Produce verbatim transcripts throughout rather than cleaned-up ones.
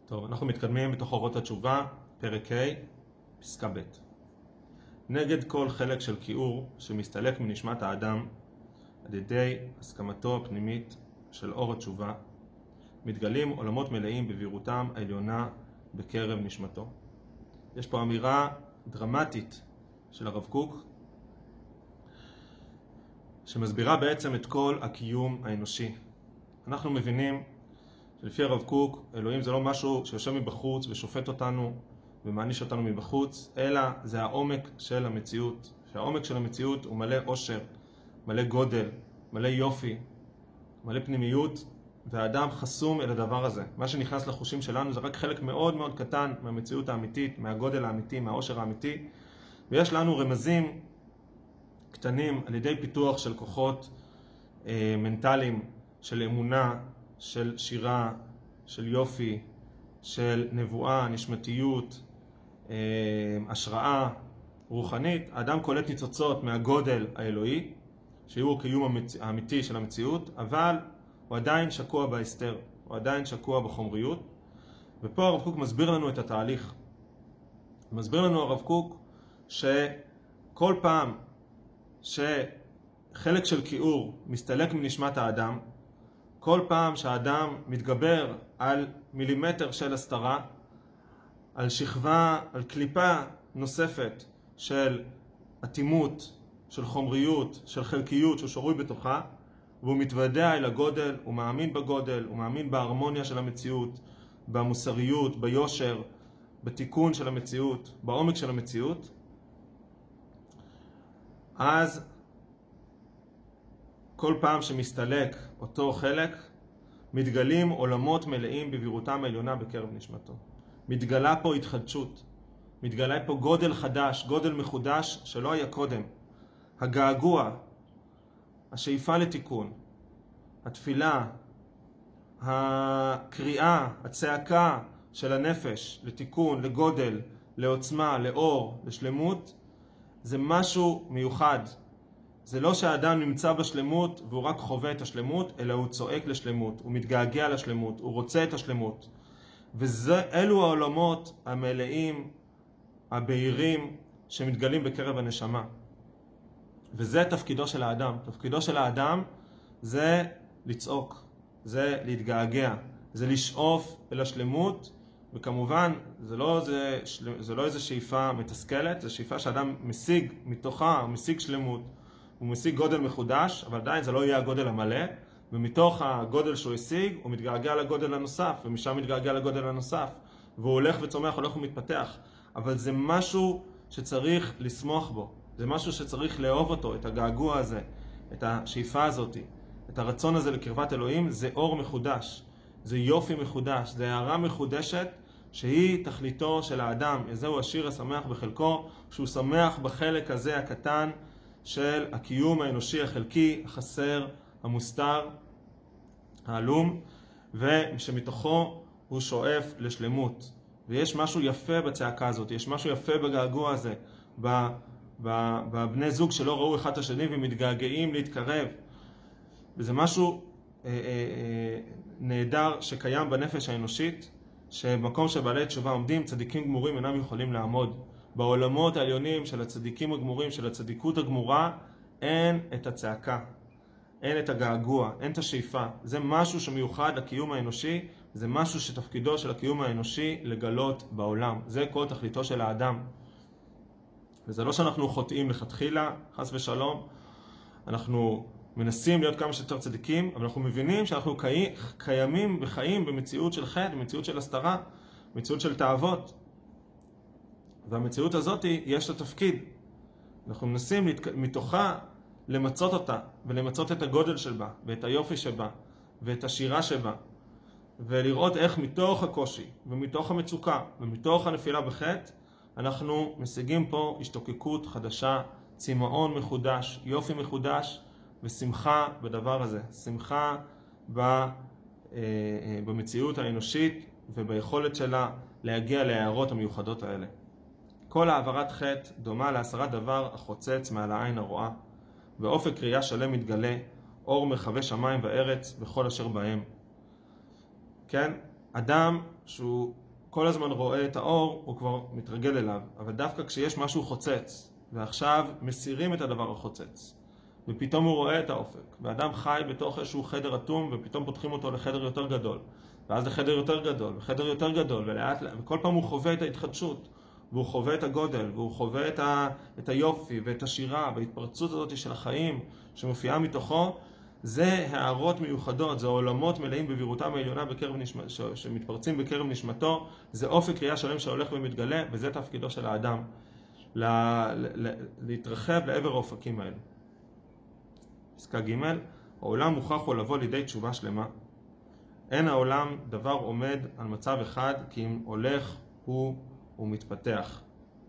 טוב, אנחנו מתקדמים בתוך אורות התשובה, פרק ה', פסקה ב'. נגד כל חלק של כיעור שמסתלק מנשמת האדם על ידי הסכמתו הפנימית של אור התשובה, מתגלים עולמות מלאים בבירותם העליונה בקרב נשמתו. יש פה אמירה דרמטית של הרב קוק, שמסבירה בעצם את כל הקיום האנושי. אנחנו מבינים שלפי הרב קוק, אלוהים זה לא משהו שיושב מבחוץ ושופט אותנו ומעניש אותנו מבחוץ, אלא זה העומק של המציאות. שהעומק של המציאות הוא מלא עושר, מלא גודל, מלא יופי, מלא פנימיות, והאדם חסום אל הדבר הזה. מה שנכנס לחושים שלנו זה רק חלק מאוד מאוד קטן מהמציאות האמיתית, מהגודל האמיתי, מהעושר האמיתי, ויש לנו רמזים קטנים על ידי פיתוח של כוחות אה, מנטליים, של אמונה, של שירה, של יופי, של נבואה, נשמתיות, אה, השראה רוחנית. האדם קולט ניצוצות מהגודל האלוהי, שהוא הקיום המצ... האמיתי של המציאות, אבל הוא עדיין שקוע בהסתר, הוא עדיין שקוע בחומריות. ופה הרב קוק מסביר לנו את התהליך. מסביר לנו הרב קוק שכל פעם שחלק של כיעור מסתלק מנשמת האדם, כל פעם שהאדם מתגבר על מילימטר של הסתרה, על שכבה, על קליפה נוספת של אטימות, של חומריות, של חלקיות ששרוי בתוכה, והוא מתוודע אל הגודל, הוא מאמין בגודל, הוא מאמין בהרמוניה של המציאות, במוסריות, ביושר, בתיקון של המציאות, בעומק של המציאות, אז כל פעם שמסתלק אותו חלק, מתגלים עולמות מלאים בבירותם העליונה בקרב נשמתו. מתגלה פה התחדשות, מתגלה פה גודל חדש, גודל מחודש שלא היה קודם. הגעגוע, השאיפה לתיקון, התפילה, הקריאה, הצעקה של הנפש לתיקון, לגודל, לעוצמה, לאור, לשלמות, זה משהו מיוחד. זה לא שהאדם נמצא בשלמות והוא רק חווה את השלמות, אלא הוא צועק לשלמות, הוא מתגעגע לשלמות, הוא רוצה את השלמות. ואלו העולמות המלאים, הבהירים, שמתגלים בקרב הנשמה. וזה תפקידו של האדם. תפקידו של האדם זה לצעוק, זה להתגעגע, זה לשאוף אל השלמות, וכמובן זה לא, זה, זה לא איזו שאיפה מתסכלת, זה שאיפה שאדם משיג מתוכה, הוא משיג שלמות, הוא משיג גודל מחודש, אבל עדיין זה לא יהיה הגודל המלא, ומתוך הגודל שהוא השיג, הוא מתגעגע לגודל הנוסף, ומשם מתגעגע לגודל הנוסף, והוא הולך וצומח, הולך ומתפתח. אבל זה משהו שצריך לשמוח בו, זה משהו שצריך לאהוב אותו, את הגעגוע הזה, את השאיפה הזאת, את הרצון הזה לקרבת אלוהים. זה אור מחודש, זה יופי מחודש, זה הערה מחודשת, שהיא תכליתו של האדם. זהו השיר השמח בחלקו, שהוא שמח בחלק הזה הקטן, של הקיום האנושי החלקי, החסר, המוסתר, העלום, ושמתוכו הוא שואף לשלמות. ויש משהו יפה בצעקה הזאת, יש משהו יפה בגעגוע הזה, בבני זוג שלא ראו אחד את השני ומתגעגעים להתקרב. וזה משהו אה, אה, אה, נהדר שקיים בנפש האנושית, שבמקום שבעלי תשובה עומדים, צדיקים גמורים אינם יכולים לעמוד. בעולמות העליונים של הצדיקים הגמורים, של הצדיקות הגמורה, אין את הצעקה, אין את הגעגוע, אין את השאיפה. זה משהו שמיוחד לקיום האנושי, זה משהו שתפקידו של הקיום האנושי לגלות בעולם. זה כל תכליתו של האדם. וזה לא שאנחנו חוטאים לכתחילה, חס ושלום, אנחנו מנסים להיות כמה שיותר צדיקים, אבל אנחנו מבינים שאנחנו קיימים וחיים במציאות של חטא, במציאות של הסתרה, במציאות של תאוות. והמציאות הזאת יש לה תפקיד. אנחנו מנסים מתוכה למצות אותה, ולמצות את הגודל שבה, ואת היופי שבה, ואת השירה שבה, ולראות איך מתוך הקושי, ומתוך המצוקה, ומתוך הנפילה בחטא, אנחנו משיגים פה השתוקקות חדשה, צמאון מחודש, יופי מחודש, ושמחה בדבר הזה. שמחה במציאות האנושית, וביכולת שלה להגיע להערות המיוחדות האלה. כל העברת חטא דומה להסרת דבר החוצץ מעל העין הרואה, ואופק קריאה שלם מתגלה, אור מרחבי שמיים וארץ וכל אשר בהם. כן? אדם שהוא כל הזמן רואה את האור, הוא כבר מתרגל אליו, אבל דווקא כשיש משהו חוצץ, ועכשיו מסירים את הדבר החוצץ, ופתאום הוא רואה את האופק, ואדם חי בתוך איזשהו חדר אטום, ופתאום פותחים אותו לחדר יותר גדול, ואז לחדר יותר גדול, וחדר יותר גדול, ולאט, וכל פעם הוא חווה את ההתחדשות, והוא חווה את הגודל, והוא חווה את, ה, את היופי, ואת השירה, וההתפרצות הזאת של החיים, שמופיעה מתוכו, זה הערות מיוחדות, זה עולמות מלאים בבירותם העליונה בקרב נשמ... ש... שמתפרצים בקרב נשמתו, זה אופק קריאה שלם שהולך ומתגלה, וזה תפקידו של האדם, לה... לה... להתרחב לעבר האופקים האלו. פסקה ג' העולם מוכרח הוא לבוא לידי תשובה שלמה. אין העולם דבר עומד על מצב אחד, כי אם הולך הוא ומתפתח.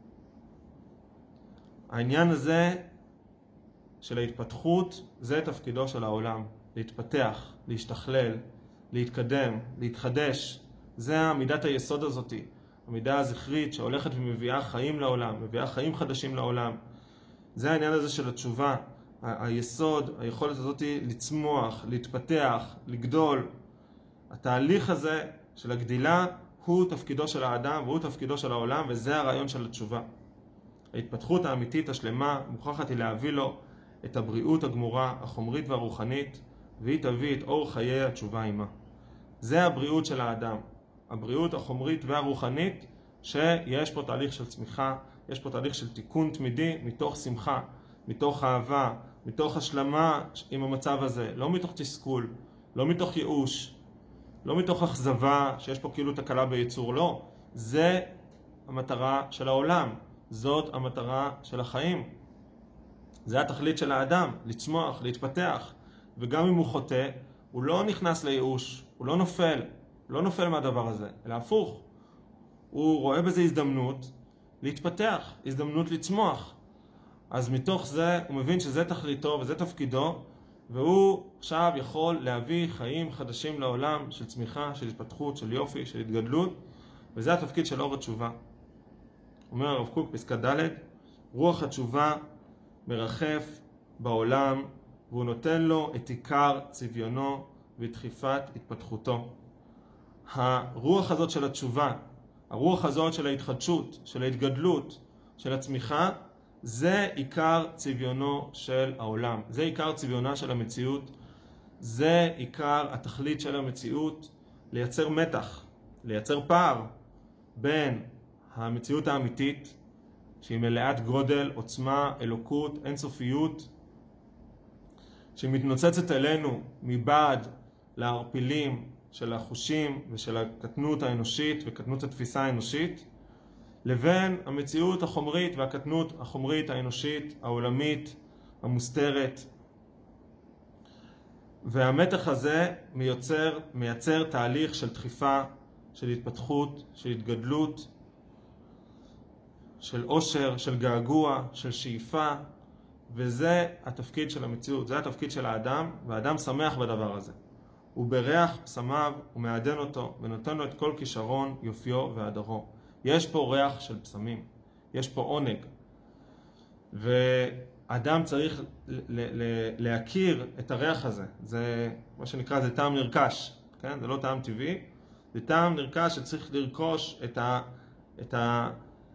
העניין הזה של ההתפתחות, זה תפקידו של העולם, להתפתח, להשתכלל, להתקדם, להתחדש. זה המידת היסוד הזאת, המידה הזכרית שהולכת ומביאה חיים לעולם, מביאה חיים חדשים לעולם. זה העניין הזה של התשובה, ה- היסוד, היכולת הזאת לצמוח, להתפתח, לגדול. התהליך הזה של הגדילה הוא תפקידו של האדם והוא תפקידו של העולם, וזה הרעיון של התשובה. ההתפתחות האמיתית השלמה מוכרחת היא להביא לו את הבריאות הגמורה, החומרית והרוחנית, והיא תביא את אור חיי התשובה עימה. זה הבריאות של האדם, הבריאות החומרית והרוחנית, שיש פה תהליך של צמיחה, יש פה תהליך של תיקון תמידי מתוך שמחה, מתוך אהבה, מתוך השלמה עם המצב הזה, לא מתוך תסכול, לא מתוך ייאוש, לא מתוך אכזבה שיש פה כאילו תקלה ביצור, לא. זה המטרה של העולם, זאת המטרה של החיים. זה התכלית של האדם, לצמוח, להתפתח, וגם אם הוא חוטא, הוא לא נכנס לייאוש, הוא לא נופל, הוא לא נופל מהדבר הזה, אלא הפוך. הוא רואה בזה הזדמנות להתפתח, הזדמנות לצמוח. אז מתוך זה הוא מבין שזה תכליתו וזה תפקידו, והוא עכשיו יכול להביא חיים חדשים לעולם של צמיחה, של התפתחות, של יופי, של התגדלות, וזה התפקיד של אור התשובה. אומר הרב קוק פסקה ד' רוח התשובה מרחף בעולם, והוא נותן לו את עיקר צביונו ודחיפת התפתחותו. הרוח הזאת של התשובה, הרוח הזאת של ההתחדשות, של ההתגדלות, של הצמיחה, זה עיקר צביונו של העולם, זה עיקר צביונה של המציאות, זה עיקר התכלית של המציאות, לייצר מתח, לייצר פער בין המציאות האמיתית, שהיא מלאת גודל, עוצמה, אלוקות, אינסופיות, שמתנוצצת אלינו מבעד לערפילים של החושים ושל הקטנות האנושית וקטנות התפיסה האנושית, לבין המציאות החומרית והקטנות החומרית האנושית, העולמית, המוסתרת. והמתח הזה מייצר, מייצר תהליך של דחיפה, של התפתחות, של התגדלות, של עושר, של געגוע, של שאיפה, וזה התפקיד של המציאות, זה התפקיד של האדם, והאדם שמח בדבר הזה. הוא בריח פסמיו, הוא מעדן אותו, ונותן לו את כל כישרון, יופיו והדרו. יש פה ריח של פסמים, יש פה עונג, ואדם צריך להכיר את הריח הזה. זה מה שנקרא, זה טעם נרכש, כן? זה לא טעם טבעי, זה טעם נרכש שצריך לרכוש את ה... את ה...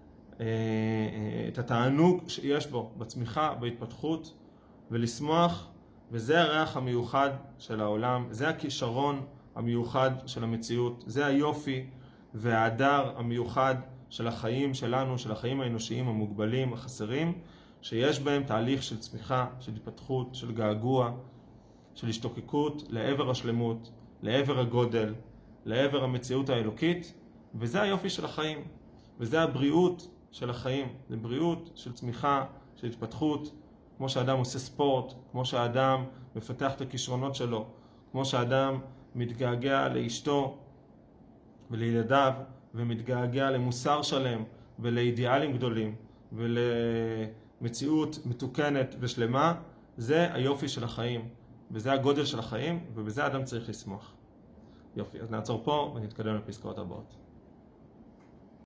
את התענוג שיש בו, בצמיחה, בהתפתחות, ולשמוח, וזה הריח המיוחד של העולם, זה הכישרון המיוחד של המציאות, זה היופי וההדר המיוחד של החיים שלנו, של החיים האנושיים המוגבלים, החסרים, שיש בהם תהליך של צמיחה, של התפתחות, של געגוע, של השתוקקות לעבר השלמות, לעבר הגודל, לעבר המציאות האלוקית, וזה היופי של החיים, וזה הבריאות של החיים, זה בריאות של צמיחה, של התפתחות, כמו שאדם עושה ספורט, כמו שאדם מפתח את הכישרונות שלו, כמו שאדם מתגעגע לאשתו ולילדיו, ומתגעגע למוסר שלם ולאידיאלים גדולים ולמציאות מתוקנת ושלמה, זה היופי של החיים, וזה הגודל של החיים, ובזה האדם צריך לשמוח. יופי, אז נעצור פה ונתקדם לפסקאות הבאות.